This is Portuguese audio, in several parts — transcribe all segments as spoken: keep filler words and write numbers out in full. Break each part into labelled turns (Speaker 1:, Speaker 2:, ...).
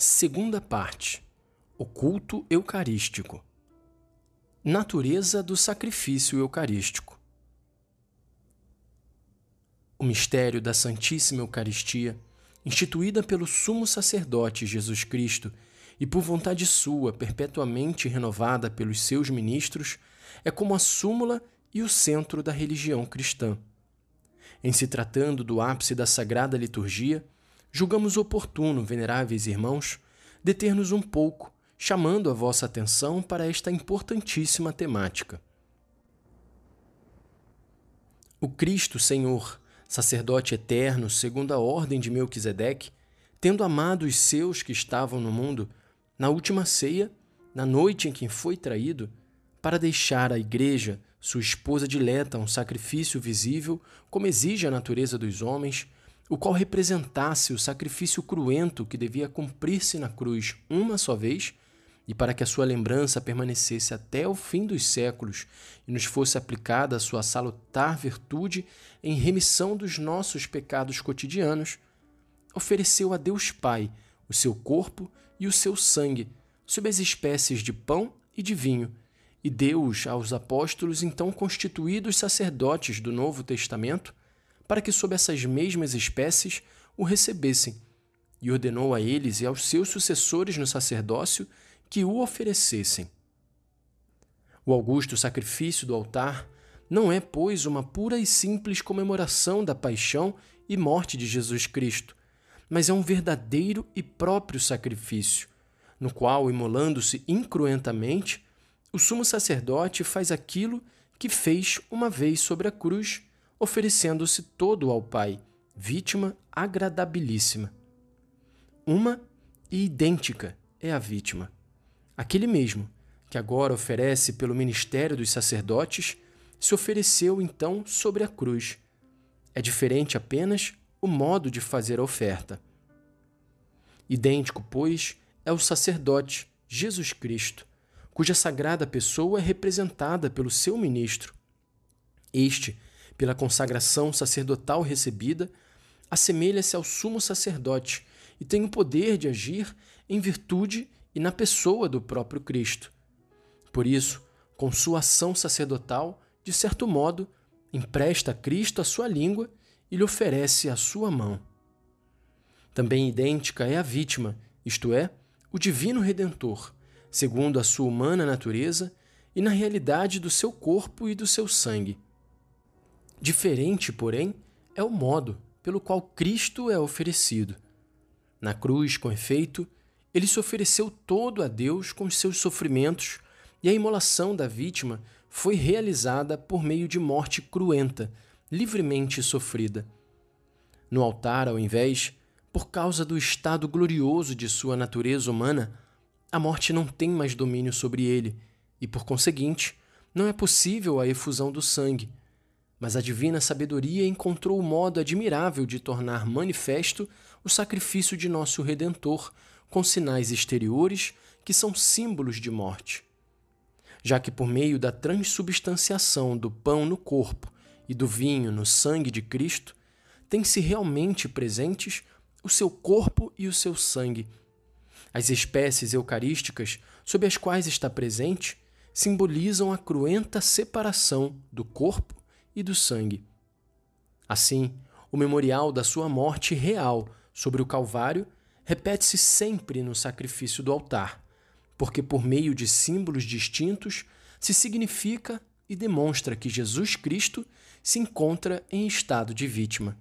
Speaker 1: Segunda parte. O culto eucarístico. Natureza do sacrifício eucarístico. O mistério da Santíssima Eucaristia, instituída pelo sumo sacerdote Jesus Cristo e por vontade sua perpetuamente renovada pelos seus ministros, é como a súmula e o centro da religião cristã. Em se tratando do ápice da Sagrada Liturgia, julgamos oportuno, veneráveis irmãos, deter-nos um pouco, chamando a vossa atenção para esta importantíssima temática. O Cristo Senhor, sacerdote eterno segundo a ordem de Melquisedeque, tendo amado os seus que estavam no mundo, na última ceia, na noite em que foi traído, para deixar à Igreja, sua esposa dileta, um sacrifício visível, como exige a natureza dos homens, o qual representasse o sacrifício cruento que devia cumprir-se na cruz uma só vez, e para que a sua lembrança permanecesse até o fim dos séculos e nos fosse aplicada a sua salutar virtude em remissão dos nossos pecados cotidianos, ofereceu a Deus Pai o seu corpo e o seu sangue, sob as espécies de pão e de vinho, e deu-os aos apóstolos então constituídos sacerdotes do Novo Testamento, para que sob essas mesmas espécies o recebessem, e ordenou a eles e aos seus sucessores no sacerdócio que o oferecessem. O augusto sacrifício do altar não é, pois, uma pura e simples comemoração da paixão e morte de Jesus Cristo, mas é um verdadeiro e próprio sacrifício, no qual, imolando-se incruentamente, o sumo sacerdote faz aquilo que fez uma vez sobre a cruz, oferecendo-se todo ao Pai, vítima agradabilíssima. Uma e idêntica é a vítima. Aquele mesmo, que agora oferece pelo ministério dos sacerdotes, se ofereceu então sobre a cruz. É diferente apenas o modo de fazer a oferta. Idêntico, pois, é o sacerdote, Jesus Cristo, cuja sagrada pessoa é representada pelo seu ministro. Este, pela consagração sacerdotal recebida, assemelha-se ao sumo sacerdote e tem o poder de agir em virtude e na pessoa do próprio Cristo. Por isso, com sua ação sacerdotal, de certo modo, empresta a Cristo a sua língua e lhe oferece a sua mão. Também idêntica é a vítima, isto é, o divino Redentor, segundo a sua humana natureza e na realidade do seu corpo e do seu sangue. Diferente, porém, é o modo pelo qual Cristo é oferecido. Na cruz, com efeito, ele se ofereceu todo a Deus com os seus sofrimentos e a imolação da vítima foi realizada por meio de morte cruenta, livremente sofrida. No altar, ao invés, por causa do estado glorioso de sua natureza humana, a morte não tem mais domínio sobre ele e, por conseguinte, não é possível a efusão do sangue. Mas a divina sabedoria encontrou o modo admirável de tornar manifesto o sacrifício de nosso Redentor, com sinais exteriores que são símbolos de morte. Já que por meio da transubstanciação do pão no corpo e do vinho no sangue de Cristo, tem-se realmente presentes o seu corpo e o seu sangue. As espécies eucarísticas sob as quais está presente simbolizam a cruenta separação do corpo e do sangue. Assim, o memorial da sua morte real sobre o Calvário repete-se sempre no sacrifício do altar, porque por meio de símbolos distintos se significa e demonstra que Jesus Cristo se encontra em estado de vítima.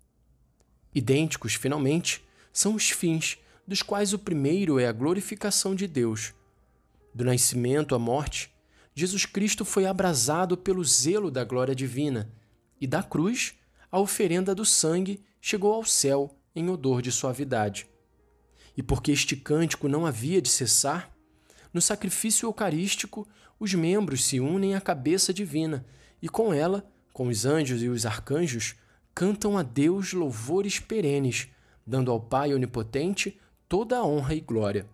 Speaker 1: Idênticos, finalmente, são os fins, dos quais o primeiro é a glorificação de Deus. Do nascimento à morte, Jesus Cristo foi abrasado pelo zelo da glória divina, e da cruz, a oferenda do sangue chegou ao céu em odor de suavidade. E porque este cântico não havia de cessar, no sacrifício eucarístico os membros se unem à cabeça divina, e com ela, com os anjos e os arcanjos, cantam a Deus louvores perenes, dando ao Pai onipotente toda a honra e glória.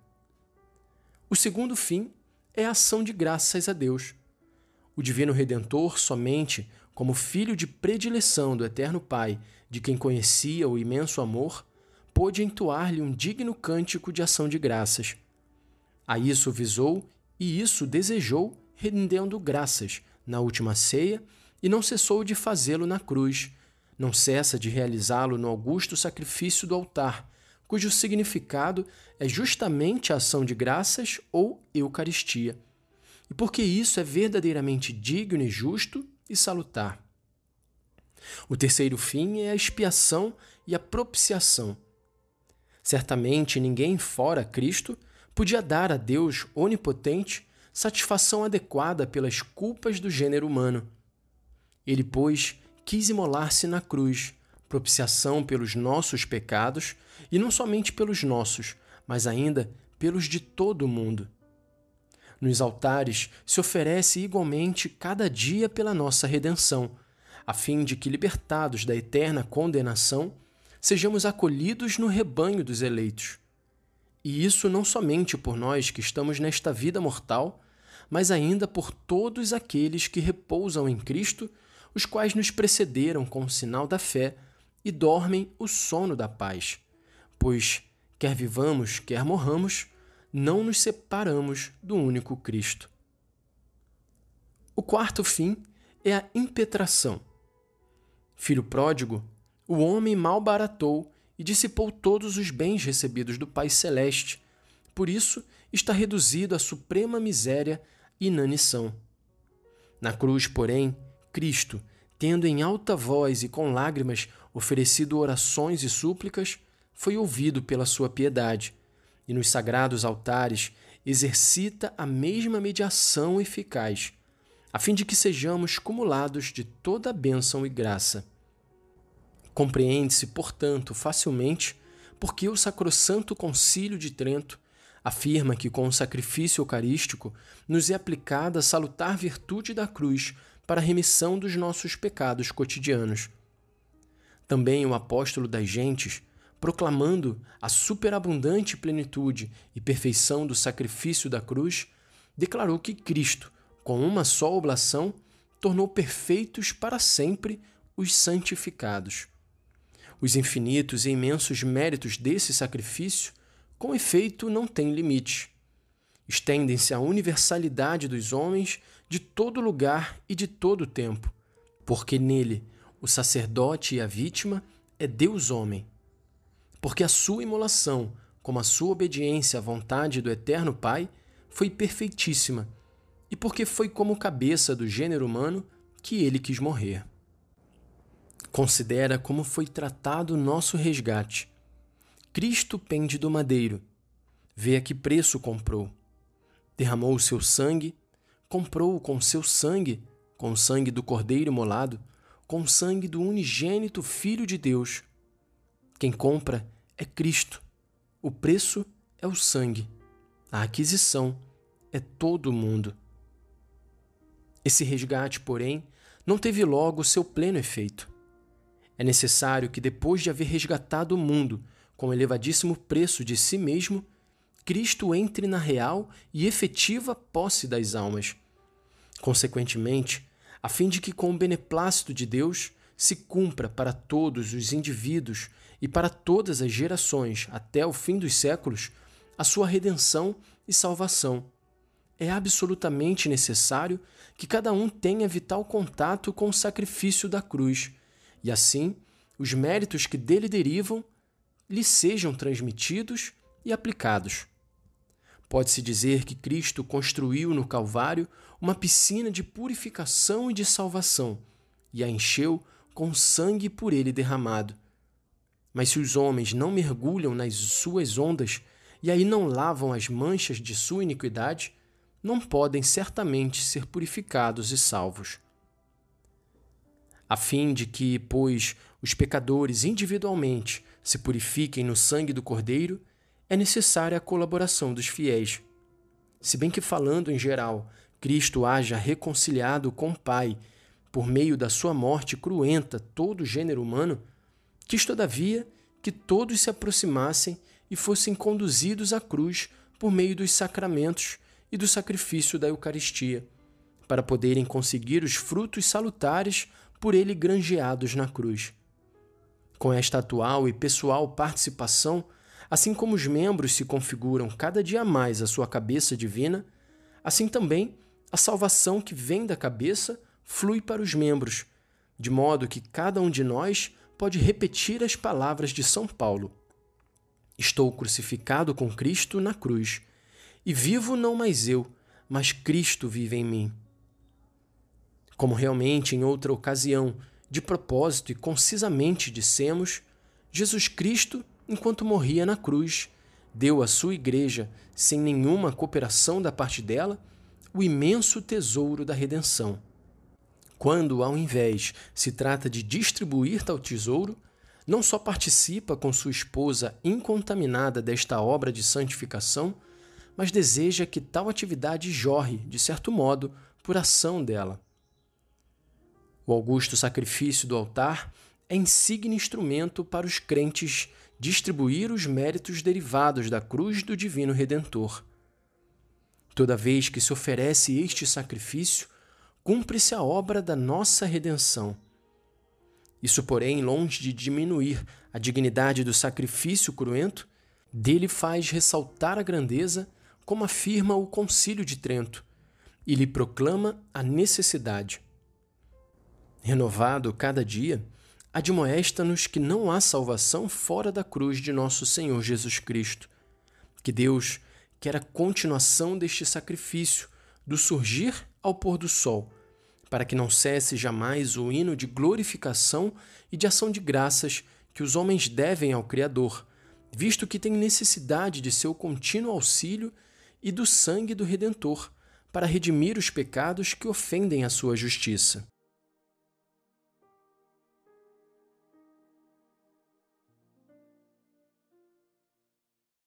Speaker 1: O segundo fim é a ação de graças a Deus. O Divino Redentor, somente como filho de predileção do Eterno Pai, de quem conhecia o imenso amor, pôde entoar-lhe um digno cântico de ação de graças. A isso visou e isso desejou, rendendo graças na última ceia, e não cessou de fazê-lo na cruz. Não cessa de realizá-lo no augusto sacrifício do altar, cujo significado é justamente a ação de graças ou Eucaristia. E porque isso é verdadeiramente digno e justo e salutar. O terceiro fim é a expiação e a propiciação. Certamente ninguém fora Cristo podia dar a Deus onipotente satisfação adequada pelas culpas do gênero humano. Ele, pois, quis imolar-se na cruz, propiciação pelos nossos pecados, e não somente pelos nossos, mas ainda pelos de todo o mundo. Nos altares se oferece igualmente cada dia pela nossa redenção, a fim de que, libertados da eterna condenação, sejamos acolhidos no rebanho dos eleitos. E isso não somente por nós que estamos nesta vida mortal, mas ainda por todos aqueles que repousam em Cristo, os quais nos precederam com o sinal da fé e dormem o sono da paz. Pois, quer vivamos, quer morramos, não nos separamos do único Cristo. O quarto fim é a impetração. Filho pródigo, o homem malbaratou e dissipou todos os bens recebidos do Pai Celeste. Por isso, está reduzido à suprema miséria e inanição. Na cruz, porém, Cristo, tendo em alta voz e com lágrimas oferecido orações e súplicas, foi ouvido pela sua piedade, e nos sagrados altares exercita a mesma mediação eficaz, a fim de que sejamos cumulados de toda a bênção e graça. Compreende-se, portanto, facilmente porque o Sacrossanto Concílio de Trento afirma que com o sacrifício eucarístico nos é aplicada a salutar virtude da cruz para a remissão dos nossos pecados cotidianos. Também o apóstolo das gentes, proclamando a superabundante plenitude e perfeição do sacrifício da cruz, declarou que Cristo, com uma só oblação, tornou perfeitos para sempre os santificados. Os infinitos e imensos méritos desse sacrifício, com efeito, não têm limite. Estendem-se à universalidade dos homens de todo lugar e de todo tempo, porque nele o sacerdote e a vítima é Deus homem. Porque a sua imolação, como a sua obediência à vontade do Eterno Pai, foi perfeitíssima, e porque foi como cabeça do gênero humano que ele quis morrer. Considera como foi tratado o nosso resgate. Cristo pende do madeiro. Vê a que preço comprou. Derramou o seu sangue, comprou-o com seu sangue, com o sangue do Cordeiro imolado, com o sangue do unigênito Filho de Deus. Quem compra é Cristo. O preço é o sangue. A aquisição é todo o mundo. Esse resgate, porém, não teve logo seu pleno efeito. É necessário que, depois de haver resgatado o mundo com o elevadíssimo preço de si mesmo, Cristo entre na real e efetiva posse das almas. Consequentemente, a fim de que, com o beneplácito de Deus, se cumpra para todos os indivíduos e para todas as gerações até o fim dos séculos a sua redenção e salvação. É absolutamente necessário que cada um tenha vital contato com o sacrifício da cruz, e assim os méritos que dele derivam lhe sejam transmitidos e aplicados. Pode-se dizer que Cristo construiu no Calvário uma piscina de purificação e de salvação, e a encheu com sangue por ele derramado. Mas se os homens não mergulham nas suas ondas e aí não lavam as manchas de sua iniquidade, não podem certamente ser purificados e salvos. A fim de que, pois, os pecadores individualmente se purifiquem no sangue do Cordeiro, é necessária a colaboração dos fiéis. Se bem que, falando em geral, Cristo haja reconciliado com o Pai por meio da sua morte cruenta todo o gênero humano, quis, todavia, que todos se aproximassem e fossem conduzidos à cruz por meio dos sacramentos e do sacrifício da Eucaristia, para poderem conseguir os frutos salutares por ele granjeados na cruz. Com esta atual e pessoal participação, assim como os membros se configuram cada dia mais a sua cabeça divina, assim também a salvação que vem da cabeça flui para os membros, de modo que cada um de nós pode repetir as palavras de São Paulo: Estou crucificado com Cristo na cruz, e vivo não mais eu, mas Cristo vive em mim. Como realmente em outra ocasião, de propósito e concisamente dissemos, Jesus Cristo, enquanto morria na cruz, deu à sua igreja, sem nenhuma cooperação da parte dela, o imenso tesouro da redenção. Quando, ao invés, se trata de distribuir tal tesouro, não só participa com sua esposa incontaminada desta obra de santificação, mas deseja que tal atividade jorre, de certo modo, por ação dela. O augusto sacrifício do altar é insigne instrumento para os crentes distribuir os méritos derivados da cruz do Divino Redentor. Toda vez que se oferece este sacrifício, cumpre-se a obra da nossa redenção. Isso, porém, longe de diminuir a dignidade do sacrifício cruento, dele faz ressaltar a grandeza, como afirma o Concílio de Trento, e lhe proclama a necessidade. Renovado cada dia, admoesta-nos que não há salvação fora da cruz de nosso Senhor Jesus Cristo, que Deus quer a continuação deste sacrifício, do surgir ao pôr do sol, para que não cesse jamais o hino de glorificação e de ação de graças que os homens devem ao Criador, visto que têm necessidade de seu contínuo auxílio e do sangue do Redentor, para redimir os pecados que ofendem a sua justiça.